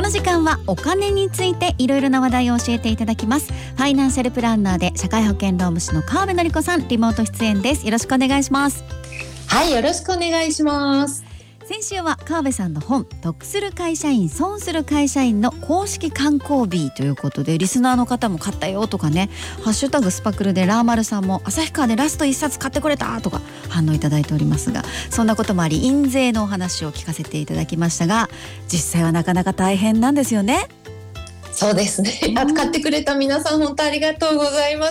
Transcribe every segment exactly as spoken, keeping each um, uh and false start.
の時間はお金についていろいろな話題を教えていただきます。ファイナンシャルプランナーで社会保険労務士の川辺典子さん、リモート出演です。よろしくお願いします。 はい、よろしくお願いします。 先週は川辺さんの本、得する会社員損する会社員の公式刊行日ということで、リスナーの方も買ったよとかね、ハッシュタグスパクルでラーマルさんも旭川でラスト一冊買ってくれたとか反応いただいておりますが、そんなこともあり印税のお話を聞かせていただきましたが、実際はなかなか大変なんですよね。 そうですね、あ、買ってくれた皆さん本当ありがとうございます。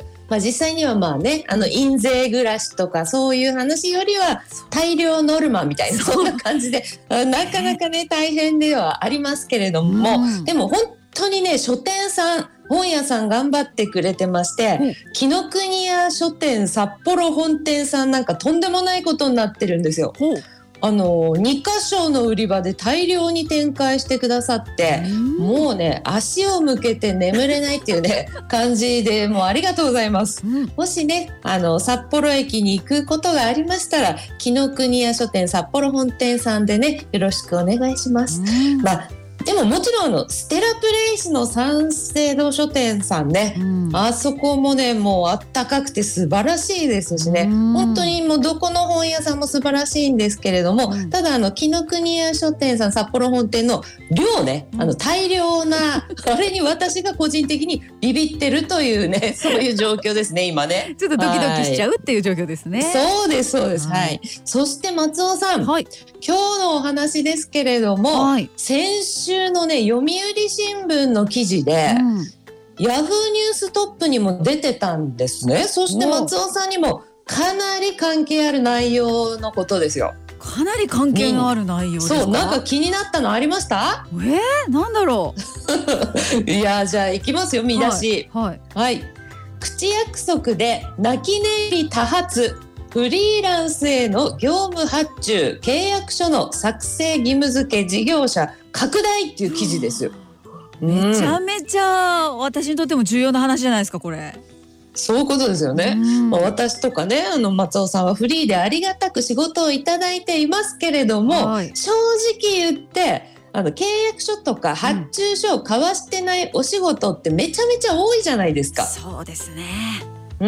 まあ、実際にはまあね、あの印税暮らしとかそういう話よりは大量ノルマみたいな、そんな感じでなかなかね大変ではありますけれども、うん、でも本当にね、書店さん、本屋さん頑張ってくれてまして、うん、紀ノ国屋書店札幌本店さんなんかとんでもないことになってるんですよ。うん、あのにかしょの売り場で大量に展開してくださって、うん、もうね足を向けて眠れないっていうね感じで、もうありがとうございます。うん、もしねあの札幌駅に行くことがありましたら、紀ノ国屋書店札幌本店さんでねよろしくお願いします。うん、まあでももちろんあのステラプレイスの三省堂書店さんね、うん、あそこもねもうあったかくて素晴らしいですしね、うん、本当にもうどこの本屋さんも素晴らしいんですけれども、うん、ただあの紀ノ国屋書店さん札幌本店の量ね、うん、あの大量なあれに私が個人的にビビってるというねそういう状況ですね今ね。 ちょっとドキドキしちゃうっていう状況ですね。 そうですそうです、はいはい、そして松尾さん、はい、今日のお話ですけれども、はい、先週のね読売新聞の記事で、うん、ヤフーニューストップにも出てたんですね。そして松尾さんにもかなり関係ある内容のことですよ。 かなり関係のある内容ですか？ そう、なんか気になったのありました？ えー、なんだろういやじゃあいきますよ、見出し、はいはいはい、口約束で泣き寝入り多発、フリーランスへの業務発注、契約書の作成義務付け、事業者拡大っていう記事ですよ。 めちゃめちゃ私にとっても重要な話じゃないですかこれ。 そういうことですよね。まあ、私とかねあの松尾さんはフリーでありがたく仕事をいただいていますけれども、はい、正直言ってあの契約書とか発注書を交わしてないお仕事ってめちゃめちゃ多いじゃないですか。 そうですね。 うん、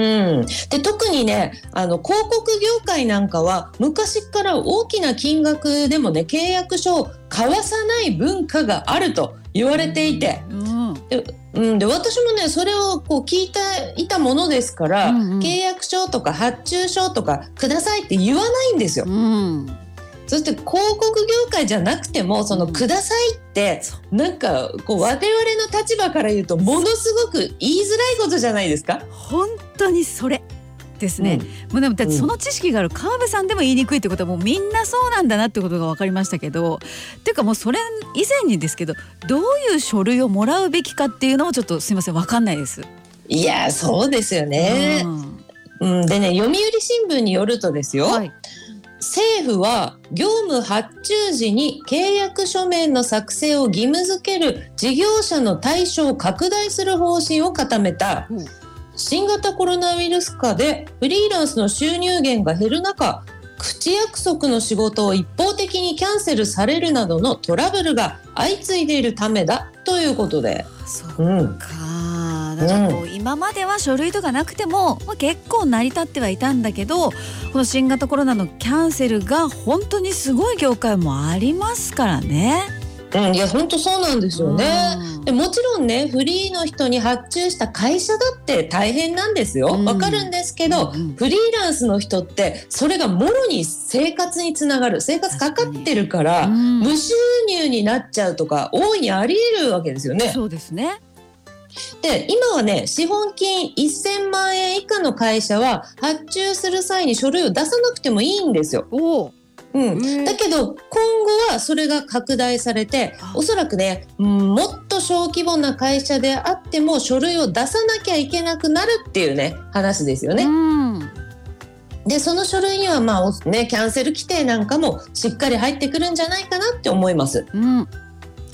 で特にねあの広告業界なんかは昔から大きな金額でもね契約書を交わさない文化があると言われていて、うんでうん、で私もねそれをこう聞いていたものですから、うんうん、契約書とか発注書とかくださいって言わないんですよ。うん、そして広告業界じゃなくてもそのくださいってなんかこう我々の立場から言うとものすごく言いづらいことじゃないですか。 本当にそれですね。うん、もうでもだってその知識がある川辺さんでも言いにくいってことはもうみんなそうなんだなってことが分かりましたけど、っていうかもうそれ以前にですけどどういう書類をもらうべきかっていうのをちょっとすいません分かんないです。 いやそうですよね。うんうん、でね読売新聞によるとですよ、はい、政府は業務発注時に契約書面の作成を義務付ける事業者の対象を拡大する方針を固めた。うん、新型コロナウイルス禍でフリーランスの収入源が減る中、口約束の仕事を一方的にキャンセルされるなどのトラブルが相次いでいるためだということで。 そうか、うん、だからこう今までは書類とかなくても、まあ、結構成り立ってはいたんだけど、この新型コロナのキャンセルが本当にすごい業界もありますからね。 うん、いや本当そうなんですよね。でもちろんねフリーの人に発注した会社だって大変なんですよ。わかるんですけど、うん、フリーランスの人ってそれがもろに生活につながる、生活かかってるから、うん、無収入になっちゃうとか大いにあり得るわけですよね。 そうですね。 で今はね資本金せんまんえん以下の会社は発注する際に書類を出さなくてもいいんですよ。おうん、だけど今後はそれが拡大されて、おそらくね、うん、もっと小規模な会社であっても書類を出さなきゃいけなくなるっていうね話ですよね。うん、でその書類にはまあねキャンセル規定なんかもしっかり入ってくるんじゃないかなって思います。うん、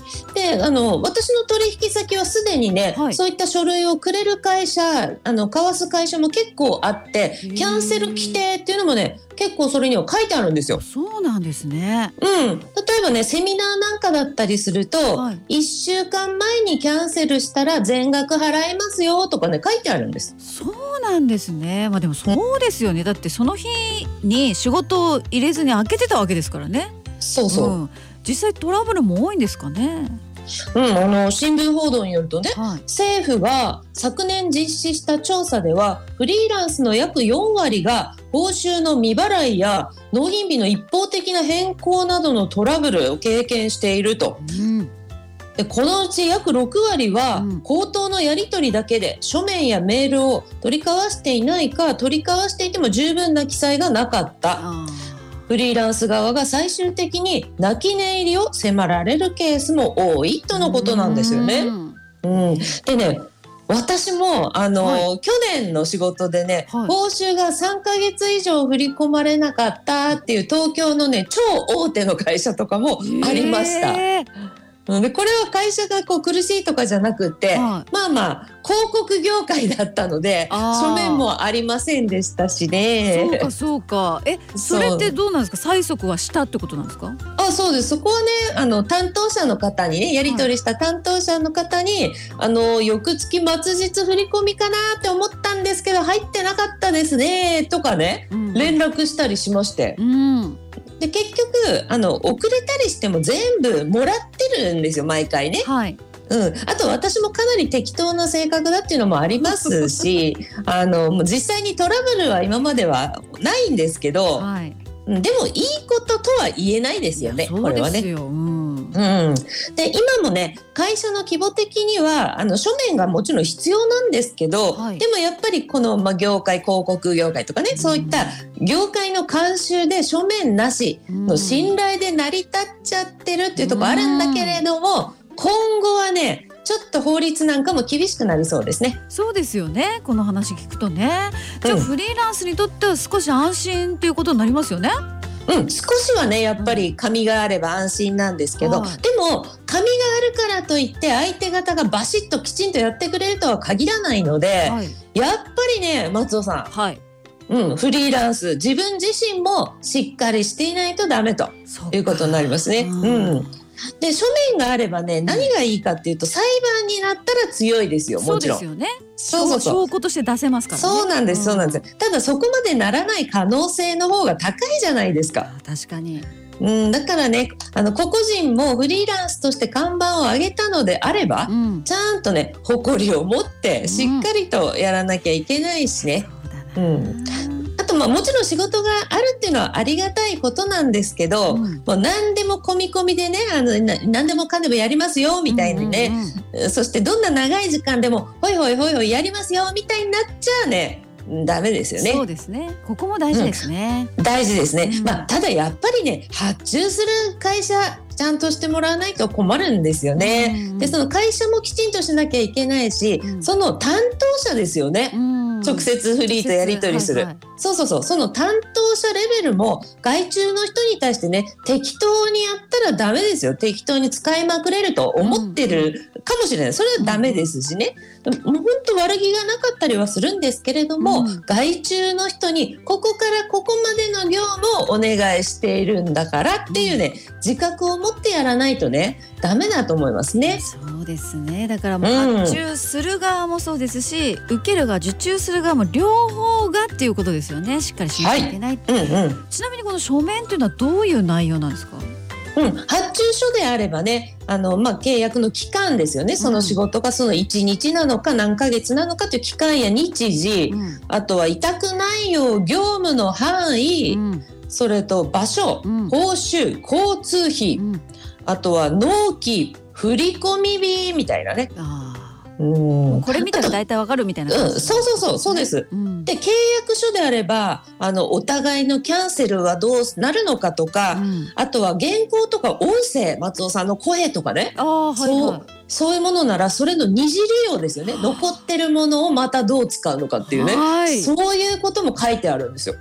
であの私の取引先はすでにね、はい、そういった書類をくれる会社、あの交わす会社も結構あって、キャンセル規定っていうのもね結構それには書いてあるんですよ。 そうなんですね。 うん、例えばねセミナーなんかだったりすると、はい、いっしゅうかんまえにキャンセルしたら全額払いますよとかね書いてあるんです。 そうなんですね。まあでもそうですよね、うん、だってその日に仕事を入れずに開けてたわけですからね。 そうそう、うん、 実際トラブルも多いんですかね。 うん、あの新聞報道によるとね、はい、政府が昨年実施した調査ではフリーランスの約よんわりが報酬の未払いや納品日の一方的な変更などのトラブルを経験していると、うん、でこのうち約ろくわりは口頭のやり取りだけで書面やメールを取り交わしていないか、取り交わしていても十分な記載がなかった。フリーランス側が最終的に泣き寝入りを迫られるケースも多いとのことなんですよね。うん、でね私もあの、はい、去年の仕事でね、はい、報酬がさんかげつ以上振り込まれなかったっていう東京のね超大手の会社とかもありました。でこれは会社がこう苦しいとかじゃなくて、はい、まあまあ広告業界だったので書面もありませんでしたしね。 そうかそうか。えそれってどうなんですか。催促はしたってことなんですか。 あそうです。そこはねあの担当者の方にねやり取りした担当者の方に、はい、あの翌月末日振り込みかなって思ったんですけど入ってなかったですねとかね、うん、連絡したりしまして、うんで結局あの遅れたりしても全部もらってるんですよ毎回ね、はいうん、あと私もかなり適当な性格だっていうのもありますしあのもう実際にトラブルは今まではないんですけど、はい、でもいいこととは言えないですよね。これはね、うんうん、で今もね会社の規模的にはあの書面がもちろん必要なんですけど、はい、でもやっぱりこの、まあ、業界広告業界とかね、うん、そういった業界の慣習で書面なしの信頼で成り立っちゃってるっていうところあるんだけれども、うん、今後はねちょっと法律なんかも厳しくなりそうですね。 そうですよね。この話聞くとね、じゃあフリーランスにとっては少し安心っていうことになりますよね。 うん、少しはねやっぱり紙があれば安心なんですけど、はい、でも紙があるからといって相手方がバシッときちんとやってくれるとは限らないので、はい、やっぱりね松尾さん、はいうん、フリーランス自分自身もしっかりしていないとダメということになりますね。うんうんで書面があればね何がいいかっていうと裁判になったら強いですよ。もちろんそうですよね。そうそうそう証拠として出せますからね。 そうなんです、うん、そうなんです。ただそこまでならない可能性の方が高いじゃないですか。 確かに、 うん、だからねあの個々人もフリーランスとして看板を上げたのであれば、うん、ちゃんとね誇りを持ってしっかりとやらなきゃいけないしね、うん、うんあとまあもちろん仕事があるっていうのはありがたいことなんですけど、うん、もう何でも込み込みでねあの何でもかんでもやりますよみたいにね、うんうんうん、そしてどんな長い時間でもほいほいほいほいやりますよみたいになっちゃねダメですよね。 そうですね。ここも大事ですね、 うん、大事ですね、うんまあ、ただやっぱりね発注する会社ちゃんとしてもらわないと困るんですよね、うんうん、でその会社もきちんとしなきゃいけないし、うん、その担当者ですよね、うん、直接フリーとやり取りする、はいはい、そうそうそうその担当者レベルも外注の人に対してね適当にやったらダメですよ。適当に使いまくれると思ってるかもしれない。それはダメですしね、うん、もう本当悪気がなかったりはするんですけれども、うん、外注の人にここからここまでの業務をお願いしているんだからっていうね、うん、自覚を持ってやらないとねダメだと思いますね。 そうですね。だからもう発注する側もそうですし、うん、受ける側受注する側も両方がっていうことですよね。しっかりしなきゃいけない、はいうんうん、ちなみにこの書面っていうのはどういう内容なんですか。 うん、発注書であればねあの、まあ、契約の期間ですよね。その仕事がそのいちにちなのか何ヶ月なのかという期間や日時、うん、あとは委託内容業務の範囲、うん、それと場所、うん、報酬交通費、うん、あとは納期振込日みたいなね。あうんこれ見たら大体わかるみたいな、ねうん、そうそうそうそうです、うん、で契約書であればあのお互いのキャンセルはどうなるのかとか、うん、あとは原稿とか音声松尾さんの声とかねあ、はいはい、そうそういうものならそれの二次利用ですよね。残ってるものをまたどう使うのかっていうね、はい、そういうことも書いてあるんですよ。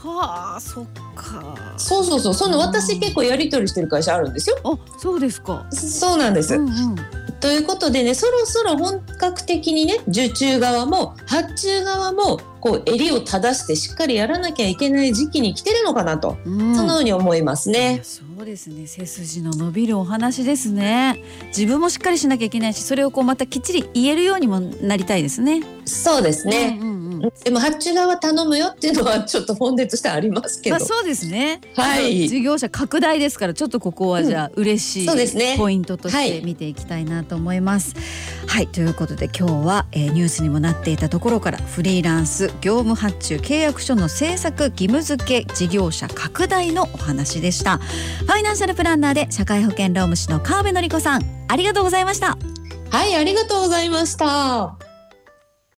はあ、そっか。 そうそうそう、その私結構やり取りしてる会社あるんですよ。 あ、そうですか。 そうなんです、 うんうん、 ということでね、そろそろ本格的にね、受注側も発注側もこう襟を正してしっかりやらなきゃいけない時期に来てるのかなと、うん、そのように思いますね。 そうですね、背筋の伸びるお話ですね。自分もしっかりしなきゃいけないし、それをこうまたきっちり言えるようにもなりたいですね。 そうですね、うんうんうん、でも発注側頼むよっていうのはちょっと本音としてありますけど、まあ、 そうですね、 はい、 事業者拡大ですから、ちょっとここはじゃあ嬉しい、 そうですね、 ポイントとして見ていきたいなと思います。はい、はい、ということで今日は、えー、ニュースにもなっていたところからフリーランス業務発注契約書の制作義務付け事業者拡大のお話でした。ファイナンシャルプランナーで社会保険労務士の川辺典子さん、ありがとうございました。 はい、ありがとうございました。